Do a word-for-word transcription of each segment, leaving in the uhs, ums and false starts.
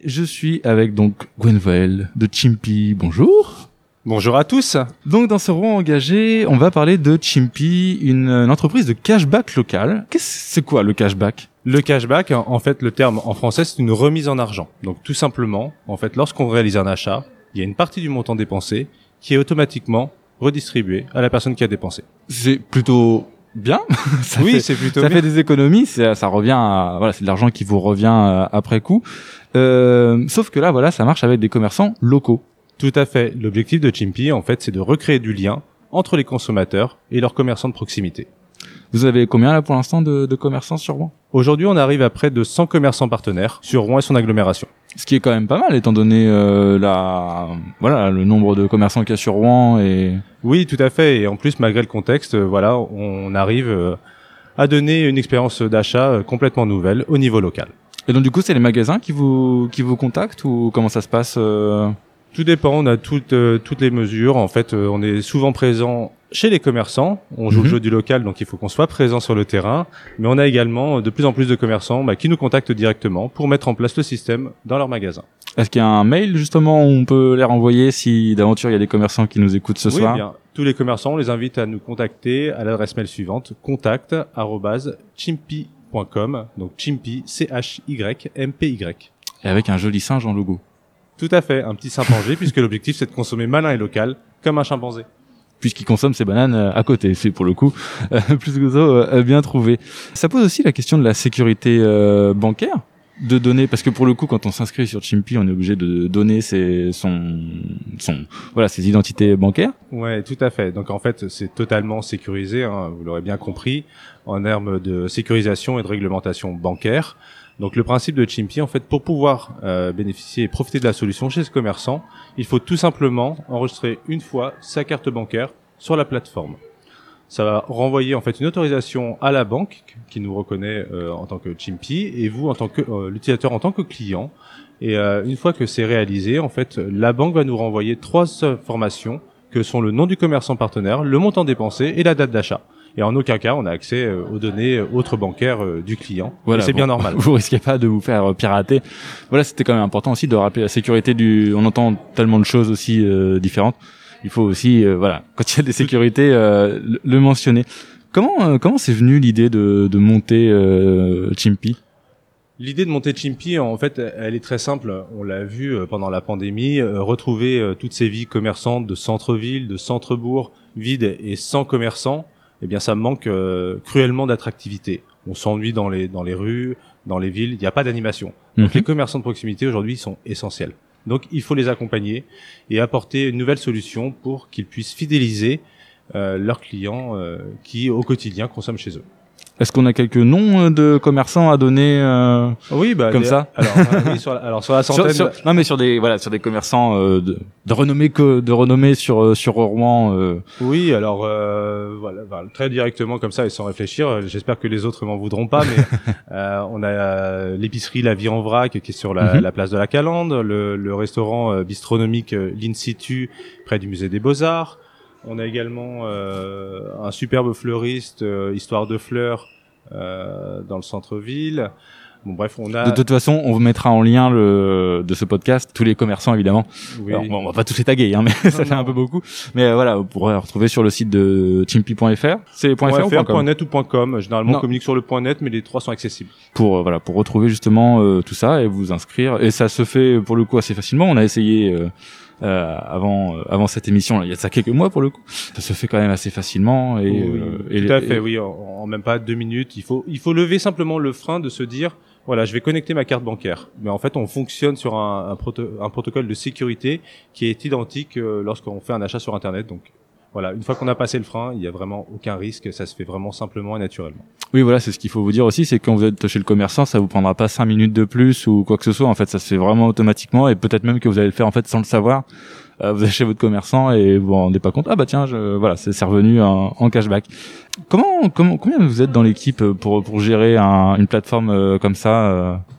Je suis avec donc Gwenvoël de Chimpy. Bonjour. Bonjour à tous. Donc dans ce round engagé, on va parler de Chimpy, une, une entreprise de cashback locale. Qu'est-ce c'est quoi le cashback ? Le cashback, en fait, le terme en français, c'est une remise en argent. Donc tout simplement, en fait, lorsqu'on réalise un achat, il y a une partie du montant dépensé qui est automatiquement redistribuée à la personne qui a dépensé. C'est plutôt bien. ça oui, fait, c'est plutôt ça bien. fait des économies, ça, ça revient à, voilà, c'est de l'argent qui vous revient à, après coup. Euh, sauf que là, voilà, ça marche avec des commerçants locaux. Tout à fait. L'objectif de Chimpy, en fait, c'est de recréer du lien entre les consommateurs et leurs commerçants de proximité. Vous avez combien là pour l'instant de, de commerçants sur Rouen ? Aujourd'hui, on arrive à près de cent commerçants partenaires sur Rouen et son agglomération. Ce qui est quand même pas mal, étant donné euh, la, voilà, le nombre de commerçants qu'il y a sur Rouen et. Oui, tout à fait. Et en plus, malgré le contexte, euh, voilà, on arrive euh, à donner une expérience d'achat euh, complètement nouvelle au niveau local. Et donc du coup, c'est les magasins qui vous qui vous contactent ou comment ça se passe euh... Tout dépend. On a toutes euh, toutes les mesures. En fait, euh, on est souvent présent chez les commerçants. On joue mm-hmm. le jeu du local, donc il faut qu'on soit présent sur le terrain. Mais on a également de plus en plus de commerçants bah, qui nous contactent directement pour mettre en place le système dans leur magasin. Est-ce qu'il y a un mail justement où on peut les renvoyer si d'aventure il y a des commerçants qui nous écoutent ce oui, soir ? Oui, bien. Tous les commerçants, on les invite à nous contacter à l'adresse mail suivante contact arobase chimpy point com. Donc Chimpy, C H Y M P Y. Et avec un joli singe en logo. Tout à fait, un petit chimpanzé, puisque l'objectif c'est de consommer malin et local, comme un chimpanzé. Puisqu'il consomme ses bananes à côté, c'est pour le coup euh, plus que ça euh, bien trouvé. Ça pose aussi la question de la sécurité euh, bancaire, de donner, parce que pour le coup, quand on s'inscrit sur Chimpy, on est obligé de donner ses, son, son, voilà, ses identités bancaires. Ouais, tout à fait. Donc en fait, c'est totalement sécurisé, hein, vous l'aurez bien compris, en termes de sécurisation et de réglementation bancaire. Donc le principe de Chimpy, en fait, pour pouvoir euh, bénéficier et profiter de la solution chez ce commerçant, il faut tout simplement enregistrer une fois sa carte bancaire sur la plateforme. Ça va renvoyer en fait une autorisation à la banque qui nous reconnaît euh, en tant que Chimpy et vous en tant que euh, l'utilisateur en tant que client. Et euh, une fois que c'est réalisé, en fait, la banque va nous renvoyer trois informations que sont le nom du commerçant partenaire, le montant dépensé et la date d'achat. Et en aucun cas, on a accès euh, aux données euh, autres bancaires euh, du client. Voilà, et c'est bon, bien normal. Vous risquez pas de vous faire euh, pirater. Voilà, c'était quand même important aussi de rappeler la sécurité du. On entend tellement de choses aussi euh, différentes. Il faut aussi, euh, voilà, quand il y a des sécurités, euh, le, le mentionner. Comment euh, comment c'est venu l'idée de, de monter euh, Chimpy ? L'idée de monter Chimpy, en fait, elle est très simple. On l'a vu pendant la pandémie, euh, retrouver euh, toutes ces vies commerçantes de centre-ville, de centre-bourg, vides et sans commerçants. Eh bien, ça manque euh, cruellement d'attractivité. On s'ennuie dans les dans les rues, dans les villes. Il n'y a pas d'animation. Donc, mm-hmm. les commerçants de proximité aujourd'hui sont essentiels. Donc, il faut les accompagner et apporter une nouvelle solution pour qu'ils puissent fidéliser euh, leurs clients euh, qui, au quotidien, consomment chez eux. Est-ce qu'on a quelques noms de commerçants à donner euh, oui, bah, comme des, ça alors, euh, oui, sur la, alors sur la centaine. Sur, sur, non, mais sur des voilà, sur des commerçants euh, de, de renommée que de renommée sur sur Rouen. Euh. Oui, alors euh, voilà, voilà, très directement comme ça et sans réfléchir. J'espère que les autres m'en voudront pas, mais euh, on a euh, l'épicerie La Vie en Vrac qui est sur la, mm-hmm. la place de la Calandre, le, le restaurant euh, bistronomique euh, l'In Situ près du musée des Beaux-Arts. On a également euh, un superbe fleuriste, euh, Histoire de Fleurs, euh, dans le centre-ville. Bon, bref, on a... De toute façon, on vous mettra en lien le, de ce podcast tous les commerçants, évidemment. Oui. Alors, bon, on va pas tous les taguer, hein, mais non, ça fait non. un peu beaucoup. Mais euh, voilà, vous pourrez retrouver sur le site de chimpy point f r. C'est .fr ou .com ? .net ou .com. Généralement, non. on communique sur le .net, mais les trois sont accessibles. Pour euh, voilà, pour retrouver justement euh, tout ça et vous inscrire. Et ça se fait pour le coup assez facilement. On a essayé. Euh, Euh, avant euh, avant cette émission là, il y a ça quelques mois pour le coup, ça se fait quand même assez facilement et, oui, euh, et tout et, à fait et... oui en, en même pas deux minutes il faut il faut lever simplement le frein de se dire voilà je vais connecter ma carte bancaire, mais en fait on fonctionne sur un un, proto- un protocole de sécurité qui est identique euh, lorsqu'on fait un achat sur internet. Donc voilà, une fois qu'on a passé le frein, il y a vraiment aucun risque, ça se fait vraiment simplement et naturellement. Oui, voilà, c'est ce qu'il faut vous dire aussi, c'est que quand vous êtes chez le commerçant, ça vous prendra pas cinq minutes de plus ou quoi que ce soit. En fait, ça se fait vraiment automatiquement et peut-être même que vous allez le faire en fait sans le savoir. Euh, vous achetez votre commerçant et vous vous rendez pas compte. Ah bah tiens, je, voilà, c'est, c'est revenu en, en cashback. Comment, comment, combien vous êtes dans l'équipe pour pour gérer un, une plateforme euh, comme ça euh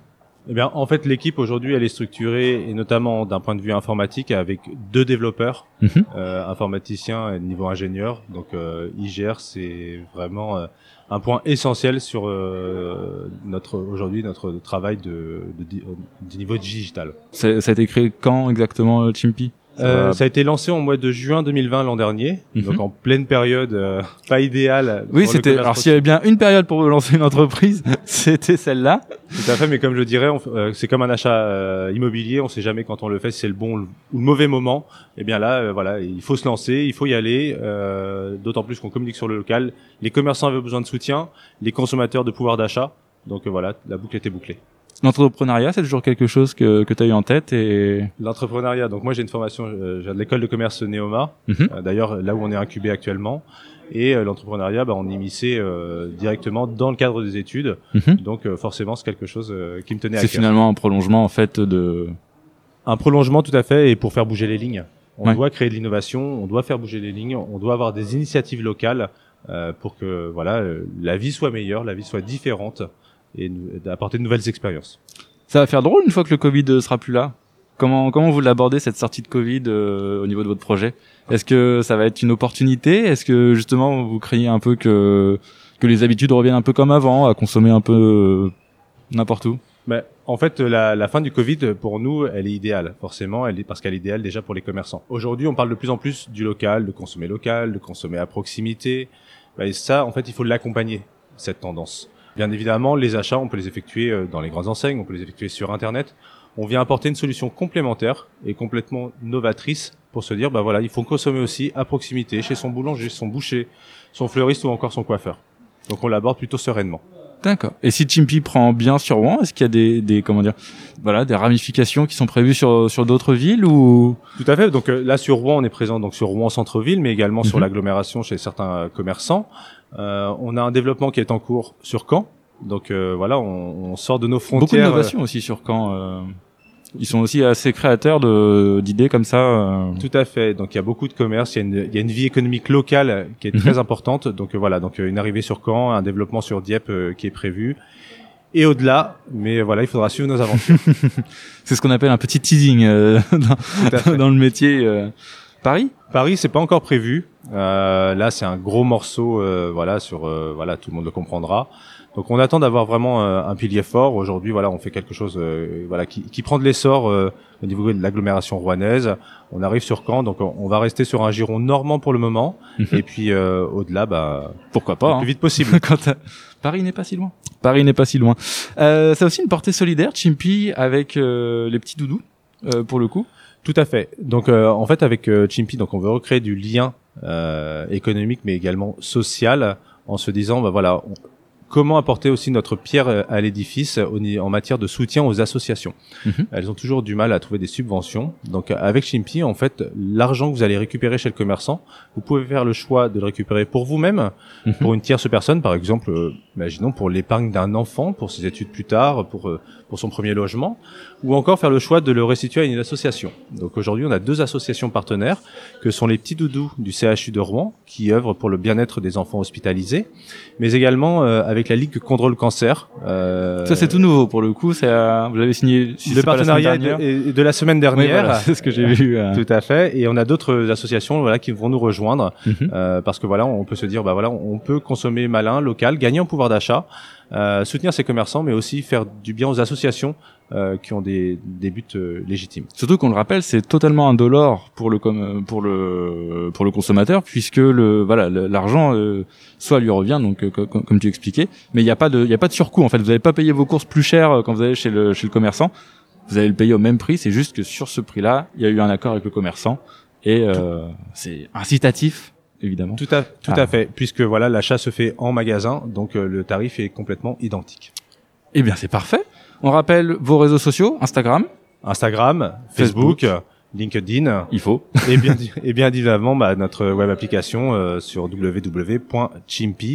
Eh bien, en fait, l'équipe aujourd'hui, elle est structurée, et notamment d'un point de vue informatique, avec deux développeurs, Mmh. euh, informaticiens et niveau ingénieur. Donc, euh, I G R, c'est vraiment euh, un point essentiel sur euh, notre aujourd'hui notre travail de, de, de, du niveau digital. Ça, ça a été créé quand exactement, euh, Chimpy? Ça, Euh, va... ça a été lancé en mois de juin deux mille vingt l'an dernier, Mm-hmm. donc en pleine période euh, pas idéale. Oui, c'était. Alors s'il y avait bien une période pour lancer une entreprise, c'était celle-là. Tout à fait, mais comme je le dirais, on, euh, c'est comme un achat euh, immobilier, on sait jamais quand on le fait si c'est le bon ou le mauvais moment. Et bien là, euh, voilà, il faut se lancer, il faut y aller. Euh, d'autant plus qu'on communique sur le local. Les commerçants avaient besoin de soutien, les consommateurs de pouvoir d'achat. Donc euh, voilà, la boucle était bouclée. L'entrepreneuriat, c'est toujours quelque chose que, que tu as eu en tête et... L'entrepreneuriat, donc moi j'ai une formation, euh, j'ai de l'école de commerce Neoma, mm-hmm. euh, d'ailleurs là où on est incubé actuellement, et euh, l'entrepreneuriat, bah, on y missait euh, directement dans le cadre des études, mm-hmm. donc euh, forcément c'est quelque chose euh, qui me tenait à c'est cœur. C'est finalement un prolongement en fait de... Un prolongement tout à fait, et pour faire bouger les lignes. On ouais. doit créer de l'innovation, on doit faire bouger les lignes, on doit avoir des initiatives locales euh, pour que voilà euh, la vie soit meilleure, la vie soit différente, et d'apporter de nouvelles expériences. Ça va faire drôle une fois que le Covid sera plus là. Comment comment vous l'abordez cette sortie de Covid euh, au niveau de votre projet? Est-ce que ça va être une opportunité? Est-ce que justement vous craignez un peu que que les habitudes reviennent un peu comme avant, à consommer un peu euh, n'importe où? Mais en fait, la, la fin du Covid pour nous, elle est idéale. Forcément, elle est parce qu'elle est idéale déjà pour les commerçants. Aujourd'hui, on parle de plus en plus du local, de consommer local, de consommer à proximité. Ben, et ça, en fait, il faut l'accompagner cette tendance. Bien évidemment, les achats, on peut les effectuer dans les grandes enseignes, on peut les effectuer sur Internet. On vient apporter une solution complémentaire et complètement novatrice pour se dire, bah voilà, il faut consommer aussi à proximité, chez son boulanger, son boucher, son fleuriste ou encore son coiffeur. Donc on l'aborde plutôt sereinement. D'accord. Et si Chimpy prend bien sur Rouen, est-ce qu'il y a des, des, comment dire, voilà, des ramifications qui sont prévues sur, sur d'autres villes ou? Tout à fait. Donc euh, là, sur Rouen, on est présent donc sur Rouen centre-ville, mais également mm-hmm. sur l'agglomération chez certains commerçants. Euh, on a un développement qui est en cours sur Caen. Donc euh, voilà, on, on sort de nos frontières. Beaucoup d'innovations euh... aussi sur Caen. Euh... Ils sont aussi assez créateurs de d'idées comme ça. Euh... Tout à fait. Donc il y a beaucoup de commerce, il y a une il y a une vie économique locale qui est très mm-hmm. importante. Donc euh, voilà, donc une arrivée sur Caen, un développement sur Dieppe euh, qui est prévu. Et au-delà, mais voilà, il faudra suivre nos aventures. C'est ce qu'on appelle un petit teasing euh, dans, dans le métier. Euh... Paris Paris, c'est pas encore prévu. Euh, là, c'est un gros morceau, euh, voilà, sur, euh, voilà, tout le monde le comprendra. Donc, on attend d'avoir vraiment euh, un pilier fort. Aujourd'hui, voilà, on fait quelque chose, euh, voilà, qui, qui prend de l'essor euh, au niveau de l'agglomération rouennaise. On arrive sur Caen, donc on, on va rester sur un giron normand pour le moment. Mm-hmm. Et puis euh, au-delà, bah, pourquoi pas, le hein. plus vite possible. Quand Paris n'est pas si loin. Paris n'est pas si loin. Euh, ça a aussi une portée solidaire, Chimpy, avec euh, les petits doudous, euh, pour le coup. Tout à fait. Donc euh, en fait avec euh, Chimpy, donc on veut recréer du lien euh, économique mais également social en se disant bah voilà, on, comment apporter aussi notre pierre à l'édifice au, en matière de soutien aux associations. Mm-hmm. Elles ont toujours du mal à trouver des subventions. Donc avec Chimpy, en fait, l'argent que vous allez récupérer chez le commerçant, vous pouvez faire le choix de le récupérer pour vous-même, mm-hmm. pour une tierce personne, par exemple, euh, imaginons pour l'épargne d'un enfant, pour ses études plus tard, pour euh, pour son premier logement, ou encore faire le choix de le restituer à une association. Donc aujourd'hui, on a deux associations partenaires, que sont les Petits Doudous du C H U de Rouen, qui œuvrent pour le bien-être des enfants hospitalisés, mais également euh, avec la Ligue contre le cancer. Euh... Ça, c'est tout nouveau pour le coup. C'est, euh, vous l'avez signé si le partenariat de, de la semaine dernière. Oui, voilà, c'est ce que j'ai vu. Euh... Tout à fait. Et on a d'autres associations, voilà, qui vont nous rejoindre, mm-hmm. euh, parce que voilà, on peut se dire, bah voilà, on peut consommer malin, local, gagner en pouvoir d'achat. Euh, soutenir ces commerçants, mais aussi faire du bien aux associations euh, qui ont des, des buts euh, légitimes. Surtout qu'on le rappelle, c'est totalement indolore pour le com- pour le pour le consommateur, puisque le voilà le, l'argent euh, soit lui revient, donc euh, comme, comme tu expliquais, mais il y a pas de il y a pas de surcoût en fait. Vous n'allez pas payer vos courses plus cher quand vous allez chez le chez le commerçant. Vous allez le payer au même prix. C'est juste que sur ce prix-là, il y a eu un accord avec le commerçant et euh, c'est incitatif. Évidemment. Tout à tout ah. à fait, puisque voilà l'achat se fait en magasin, donc euh, le tarif est complètement identique. Eh bien c'est parfait. On rappelle vos réseaux sociaux, Instagram, Instagram, Facebook, Facebook. LinkedIn. Il faut. Et bien et bien évidemment bah, notre web application euh, sur w w w point chimpy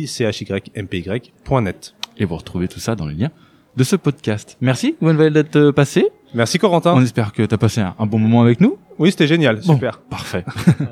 point net. Et vous retrouvez tout ça dans le lien de ce podcast. Merci Gwenval d'être passé. Merci Corentin. On espère que tu as passé un, un bon moment avec nous. Oui, c'était génial, super. Bon, parfait.